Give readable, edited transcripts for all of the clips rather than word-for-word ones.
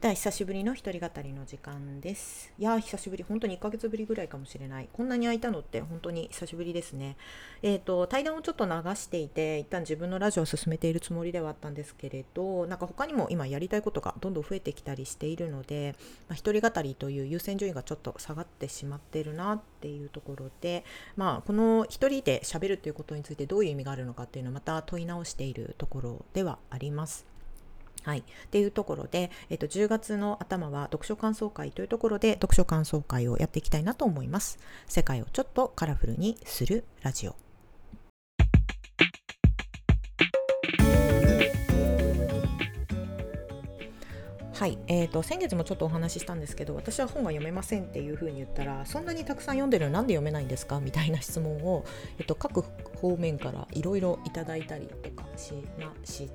では久しぶりの一人語りの時間です。いやー久しぶり、本当に1ヶ月ぶりぐらいかもしれない。こんなに空いたのって本当に久しぶりですね。対談をちょっと流していて、一旦自分のラジオを進めているつもりではあったんですけれど、なんか他にも今やりたいことがどんどん増えてきたりしているので、一人語りという優先順位がちょっと下がってしまっているなっていうところで、この一人で喋るということについてどういう意味があるのかっていうのをまた問い直しているところではあります。はい、っていうところで、10月の頭は読書感想会というところで読書感想会をやっていきたいなと思います。世界をちょっとカラフルにするラジオ。はい、先月もちょっとお話ししたんですけど、私は本が読めませんっていう風に言ったら、そんなにたくさん読んでるのなんで読めないんですかみたいな質問を、各方面からいろいろいただいたりとかしまして、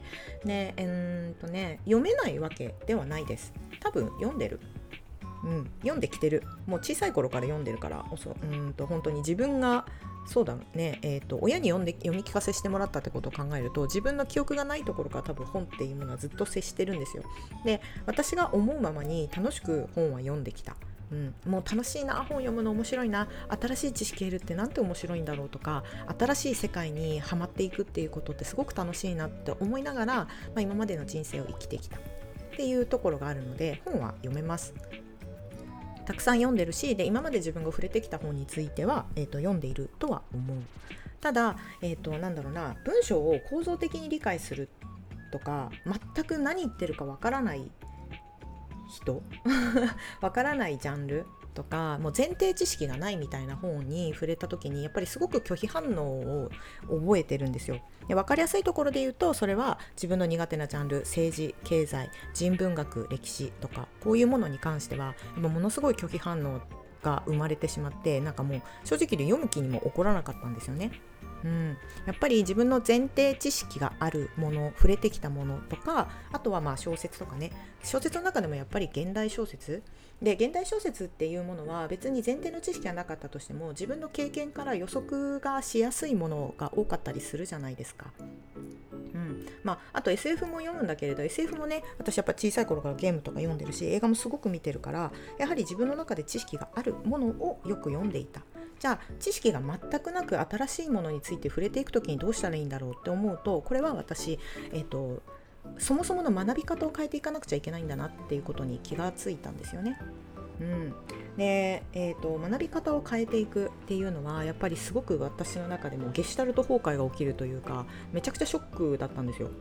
読めないわけではないです。多分読んでる。読んできてる。もう小さい頃から読んでるから、本当に自分がそうだね、親に読み聞かせしてもらったってことを考えると、自分の記憶がないところから多分本っていうものはずっと接してるんですよ。で、私が思うままに楽しく本は読んできた。もう楽しいな、本読むの面白いな、新しい知識得るってなんて面白いんだろうとか、新しい世界にはまっていくっていうことってすごく楽しいなって思いながら、今までの人生を生きてきたっていうところがあるので、本は読めます。たくさん読んでるし、で今まで自分が触れてきた本については、読んでいるとは思う。ただ、文章を構造的に理解するとか、全く何言ってるかわからない人わからないジャンルとか、もう前提知識がないみたいな本に触れた時に、やっぱりすごく拒否反応を覚えてるんですよ。で、分かりやすいところで言うと、それは自分の苦手なジャンル、政治、経済、人文学、歴史とか、こういうものに関してはものすごい拒否反応が生まれてしまって、なんかもう正直で読む気にも起こらなかったんですよね。やっぱり自分の前提知識があるもの、触れてきたものとか、あとは小説とかね、小説の中でもやっぱり現代小説で、現代小説っていうものは別に前提の知識がなかったとしても、自分の経験から予測がしやすいものが多かったりするじゃないですか。あと SF も読むんだけれど、 SF もね、私やっぱ小さい頃からゲームとか読んでるし、映画もすごく見てるから、やはり自分の中で知識があるものをよく読んでいた。じゃあ知識が全くなく新しいものについて触れていくときにどうしたらいいんだろうって思うと、これは私、そもそもの学び方を変えていかなくちゃいけないんだなっていうことに気がついたんですよね。で、学び方を変えていくっていうのは、やっぱりすごく私の中でもゲシュタルト崩壊が起きるというか、めちゃくちゃショックだったんですよ。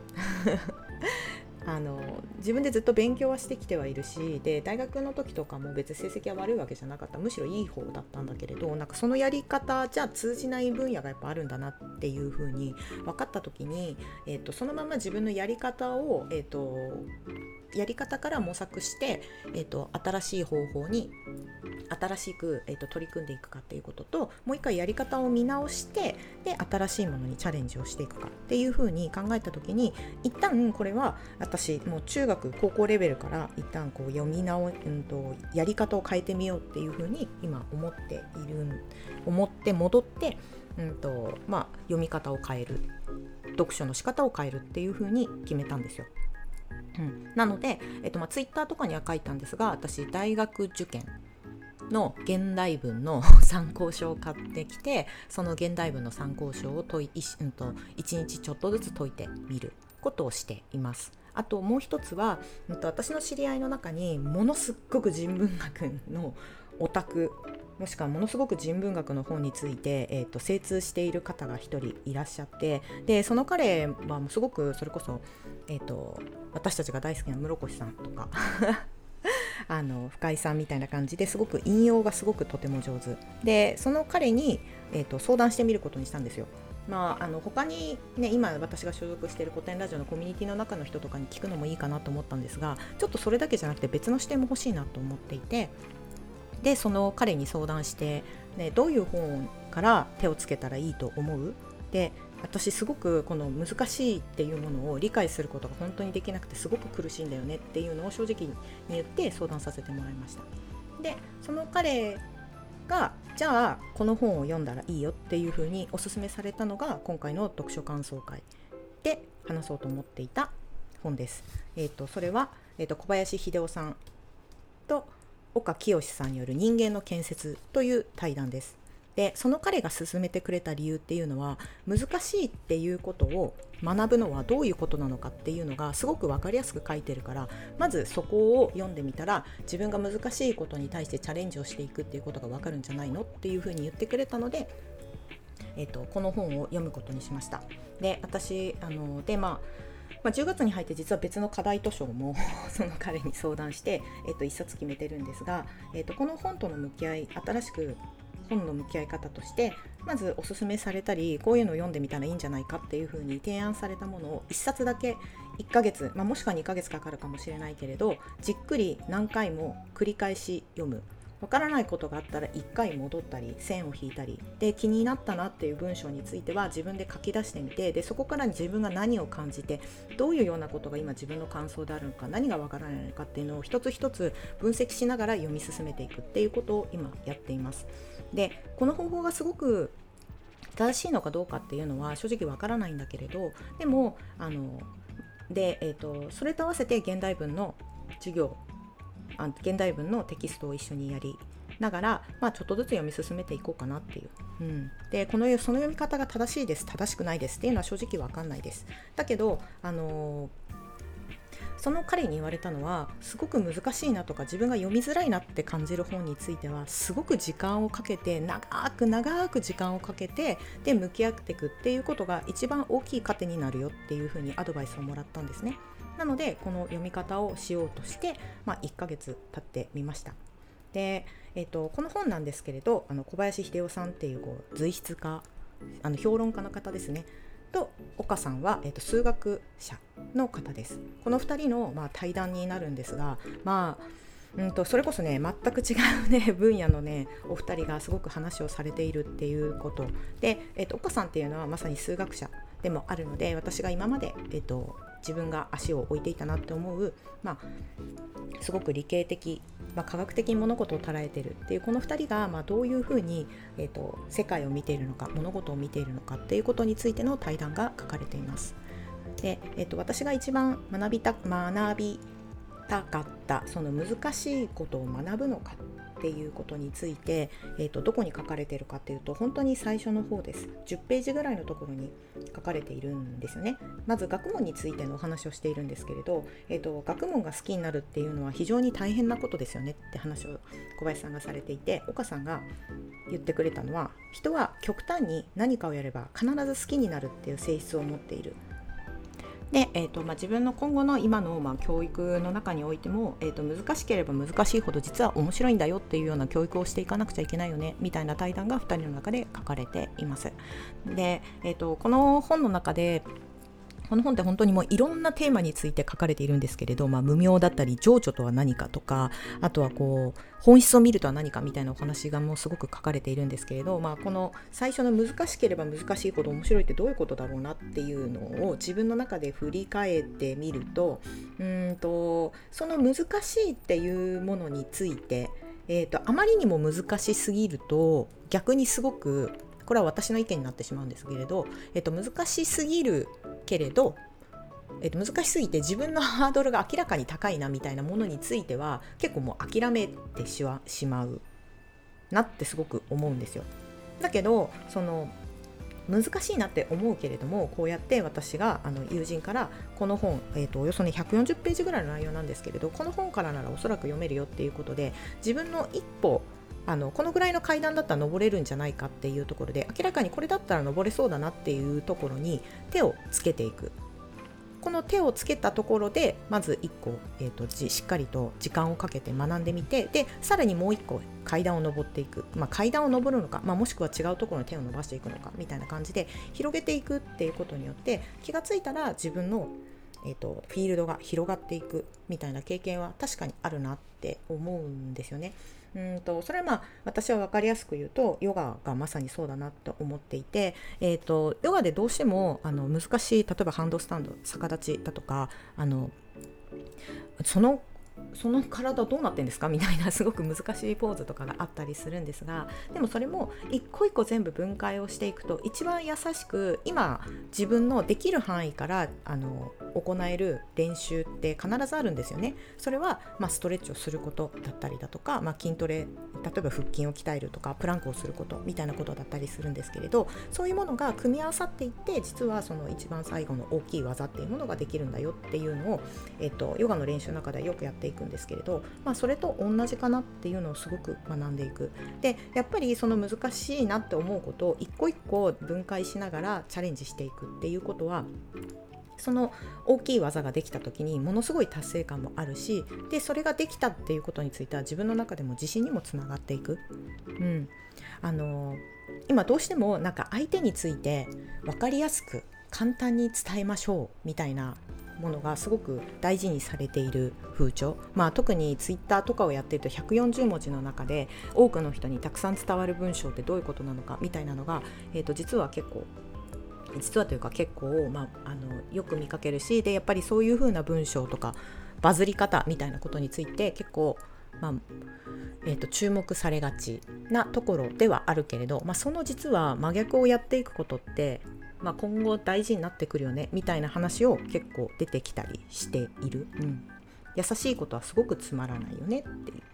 自分でずっと勉強はしてきてはいるし、で大学の時とかも別に成績は悪いわけじゃなかった、むしろいい方だったんだけれど、なんかそのやり方じゃ通じない分野がやっぱあるんだなっていう風に分かった時に、そのまま自分のやり方を、やり方から模索して、新しい方法に新しく、取り組んでいくかっていうことと、もう一回やり方を見直して、で新しいものにチャレンジをしていくかっていう風に考えた時に、一旦これは私もう中学高校レベルから一旦こうやり方を変えてみようっていう風に今思って戻って、読み方を変える、読書の仕方を変えるっていう風に決めたんですよ。なので、ツイッターとかには書いたんですが、私大学受験の現代文の参考書を買ってきて、その現代文の参考書を1日ちょっとずつ解いてみることをしています。あともう一つは、私の知り合いの中にものすっごく人文学のオタク、もしくはものすごく人文学の本について、精通している方が一人いらっしゃって、でその彼はすごくそれこそ、私たちが大好きな室越さんとか深井さんみたいな感じですごく引用がすごくとても上手で、その彼に、相談してみることにしたんですよ。他にね、今私が所属している古典ラジオのコミュニティの中の人とかに聞くのもいいかなと思ったんですが、ちょっとそれだけじゃなくて別の視点も欲しいなと思っていて、でその彼に相談して、どういう本から手をつけたらいいと思う？で私すごくこの難しいっていうものを理解することが本当にできなくて、すごく苦しいんだよねっていうのを正直に言って相談させてもらいました。でその彼がじゃあこの本を読んだらいいよっていうふうにお勧めされたのが、今回の読書感想会で話そうと思っていた本です。それは小林秀夫さんと岡清さんによる人間の建設という対談です。でその彼が勧めてくれた理由っていうのは、難しいっていうことを学ぶのはどういうことなのかっていうのがすごく分かりやすく書いてるから、まずそこを読んでみたら自分が難しいことに対してチャレンジをしていくっていうことが分かるんじゃないのっていうふうに言ってくれたので、この本を読むことにしました。で私10月に入って実は別の課題図書もその彼に相談して、1冊決めてるんですが、この本との向き合い、新しく本の向き合い方として、まずおすすめされたりこういうのを読んでみたらいいんじゃないかっていう風に提案されたものを1冊だけ1ヶ月、もしくは2ヶ月かかるかもしれないけれど、じっくり何回も繰り返し読む。わからないことがあったら1回戻ったり線を引いたりで、気になったなっていう文章については自分で書き出してみて、でそこから自分が何を感じて、どういうようなことが今自分の感想であるのか、何がわからないのかっていうのを一つ一つ分析しながら読み進めていくっていうことを今やっています。でこの方法がすごく正しいのかどうかっていうのは正直わからないんだけれど、でもそれと合わせて現代文の授業、現代文のテキストを一緒にやりながら、ちょっとずつ読み進めていこうかなっていう、でその読み方が正しいです正しくないですっていうのは正直わかんないです。だけどその彼に言われたのは、すごく難しいなとか自分が読みづらいなって感じる本についてはすごく時間をかけて、長く時間をかけてで向き合っていくっていうことが一番大きい糧になるよっていうふうにアドバイスをもらったんですね。なのでこの読み方をしようとして、1ヶ月経ってみました。で、この本なんですけれど、小林秀夫さんっていう随筆家、評論家の方ですねと、岡さんは、数学者の方です。この2人の、対談になるんですが、それこそね、全く違う、ね、分野の、ね、お二人がすごく話をされているっていうことで、岡さんっていうのはまさに数学者でもあるので、私が今まで、自分が足を置いていたなって思う、すごく理系的、科学的に物事を捉えているっていうこの2人が、どういうふうに、世界を見ているのか、物事を見ているのかっていうことについての対談が書かれています。で、私が一番学びたかったその難しいことを学ぶのかっていうことについて、どこに書かれているかっていうと、本当に最初の方です。10ページぐらいのところに書かれているんですよね。まず学問についてのお話をしているんですけれど、学問が好きになるっていうのは非常に大変なことですよねって話を小林さんがされていて、岡さんが言ってくれたのは、人は極端に何かをやれば必ず好きになるっていう性質を持っている。で自分の今後の今の、教育の中においても、難しければ難しいほど実は面白いんだよっていうような教育をしていかなくちゃいけないよねみたいな対談が2人の中で書かれています。で、この本の中で、この本って本当にもういろんなテーマについて書かれているんですけれど、無明だったり情緒とは何かとか、あとは本質を見るとは何かみたいなお話がもうすごく書かれているんですけれど、この最初の難しければ難しいほど面白いってどういうことだろうなっていうのを自分の中で振り返ってみると、その難しいっていうものについて、あまりにも難しすぎると逆にすごく、これは私の意見になってしまうんですけれど、難しすぎるけれど、難しすぎて自分のハードルが明らかに高いなみたいなものについては結構もう諦めてしまうなってすごく思うんですよ。だけどその難しいなって思うけれども、こうやって私が友人からこの本、およそね140ページぐらいの内容なんですけれど、この本からならおそらく読めるよっていうことで、自分の一歩このぐらいの階段だったら登れるんじゃないかっていうところで、明らかにこれだったら登れそうだなっていうところに手をつけていく。この手をつけたところでまず1個、しっかりと時間をかけて学んでみて、でさらにもう1個階段を登っていく、階段を登るのか、もしくは違うところに手を伸ばしていくのかみたいな感じで広げていくっていうことによって、気がついたら自分のフィールドが広がっていくみたいな経験は確かにあるなって思うんですよね。それは私は分かりやすく言うとヨガがまさにそうだなと思っていて、ヨガでどうしても難しい、例えばハンドスタンド、逆立ちだとか、その体どうなってんですかみたいなすごく難しいポーズとかがあったりするんですが、でもそれも一個一個全部分解をしていくと、一番優しく今自分のできる範囲から行える練習って必ずあるんですよね。それは、ストレッチをすることだったりだとか、筋トレ、例えば腹筋を鍛えるとかプランクをすることみたいなことだったりするんですけれど、そういうものが組み合わさっていって、実はその一番最後の大きい技っていうものができるんだよっていうのを、ヨガの練習の中ではよくやっていくんですけれど、それと同じかなっていうのをすごく学んでいく。でやっぱりその難しいなって思うことを一個一個分解しながらチャレンジしていくっていうことは、その大きい技ができた時にものすごい達成感もあるし、でそれができたっていうことについては自分の中でも自信にもつながっていく。今どうしてもなんか相手について分かりやすく簡単に伝えましょうみたいなものがすごく大事にされている風潮、特にツイッターとかをやっていると140文字の中で多くの人にたくさん伝わる文章ってどういうことなのかみたいなのが、実はというか結構、よく見かけるし、でやっぱりそういう風な文章とかバズり方みたいなことについて結構、注目されがちなところではあるけれど、その実は真逆をやっていくことって、今後大事になってくるよねみたいな話を結構出てきたりしている。優しいことはすごくつまらないよねっていう。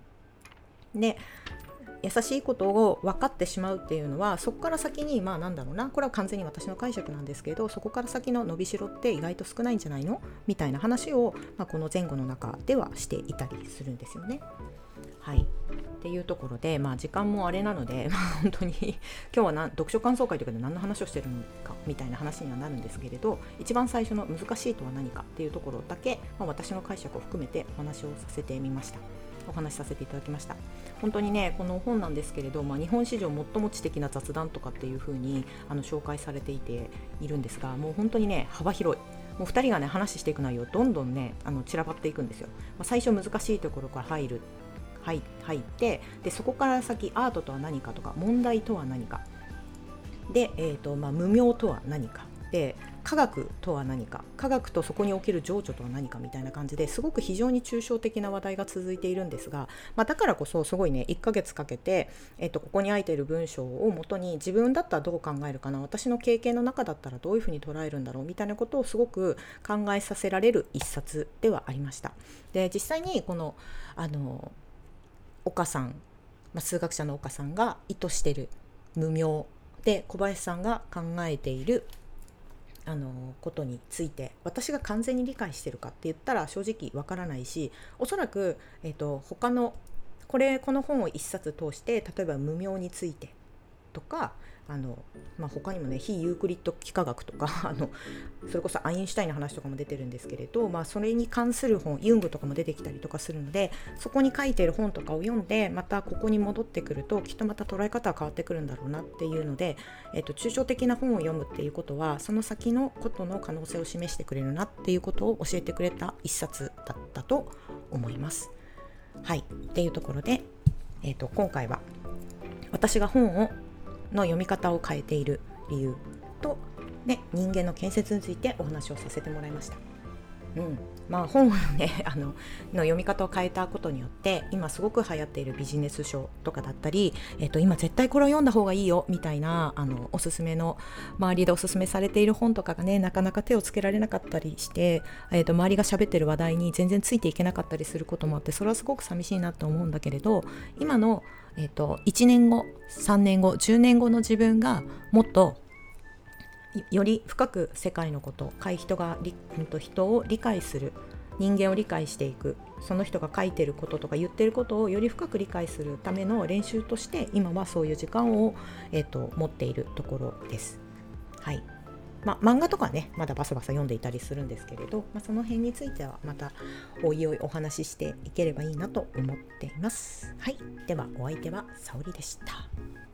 で優しいことを分かってしまうっていうのは、そこから先にこれは完全に私の解釈なんですけど、そこから先の伸びしろって意外と少ないんじゃないのみたいな話を、この前後の中ではしていたりするんですよね。っていうところで、時間もあれなので、本当に今日は読書感想会というかで何の話をしてるのかみたいな話にはなるんですけれど、一番最初の難しいとは何かっていうところだけ、私の解釈を含めてお話をさせていただきました。本当にね、この本なんですけれど、日本史上最も知的な雑談とかっていう風に紹介されているんですが、もう本当にね幅広い。もう2人がね話していく内容どんどんね散らばっていくんですよ。最初難しいところから入って、でそこから先アートとは何かとか、問題とは何かで、無明とは何かで、科学とは何か、科学とそこにおける情緒とは何かみたいな感じですごく非常に抽象的な話題が続いているんですが、だからこそすごいね1ヶ月かけて、ここに空いている文章をもとに自分だったらどう考えるかな、私の経験の中だったらどういうふうに捉えるんだろうみたいなことをすごく考えさせられる一冊ではありました。で実際にこの岡さん、数学者の岡さんが意図している無明で、小林さんが考えていることについて私が完全に理解しているかって言ったら正直わからないし、おそらく、他のこの本を一冊通して、例えば無明についてとか他にもね非ユークリッド幾何学とかそれこそアインシュタインの話とかも出てるんですけれど、それに関する本、ユングとかも出てきたりとかするので、そこに書いている本とかを読んでまたここに戻ってくるときっとまた捉え方は変わってくるんだろうなっていうので、抽象的な本を読むっていうことはその先のことの可能性を示してくれるなっていうことを教えてくれた一冊だったと思います。っていうところで、今回は私が本の読み方を変えている理由と、人間の建設についてお話をさせてもらいました。本をねの読み方を変えたことによって、今すごく流行っているビジネス書とかだったり、今絶対これを読んだ方がいいよみたいなおすすめの周りでおすすめされている本とかがねなかなか手をつけられなかったりして、周りが喋ってる話題に全然ついていけなかったりすることもあって、それはすごく寂しいなと思うんだけれど、今の、1年後3年後10年後の自分がもっとより深く世界のこと、人を理解する、人間を理解していく、その人が書いてることとか言ってることをより深く理解するための練習として今はそういう時間を、持っているところです。漫画とかねまだバサバサ読んでいたりするんですけれど、その辺についてはまたおいおいお話ししていければいいなと思っています。ではお相手は沙織でした。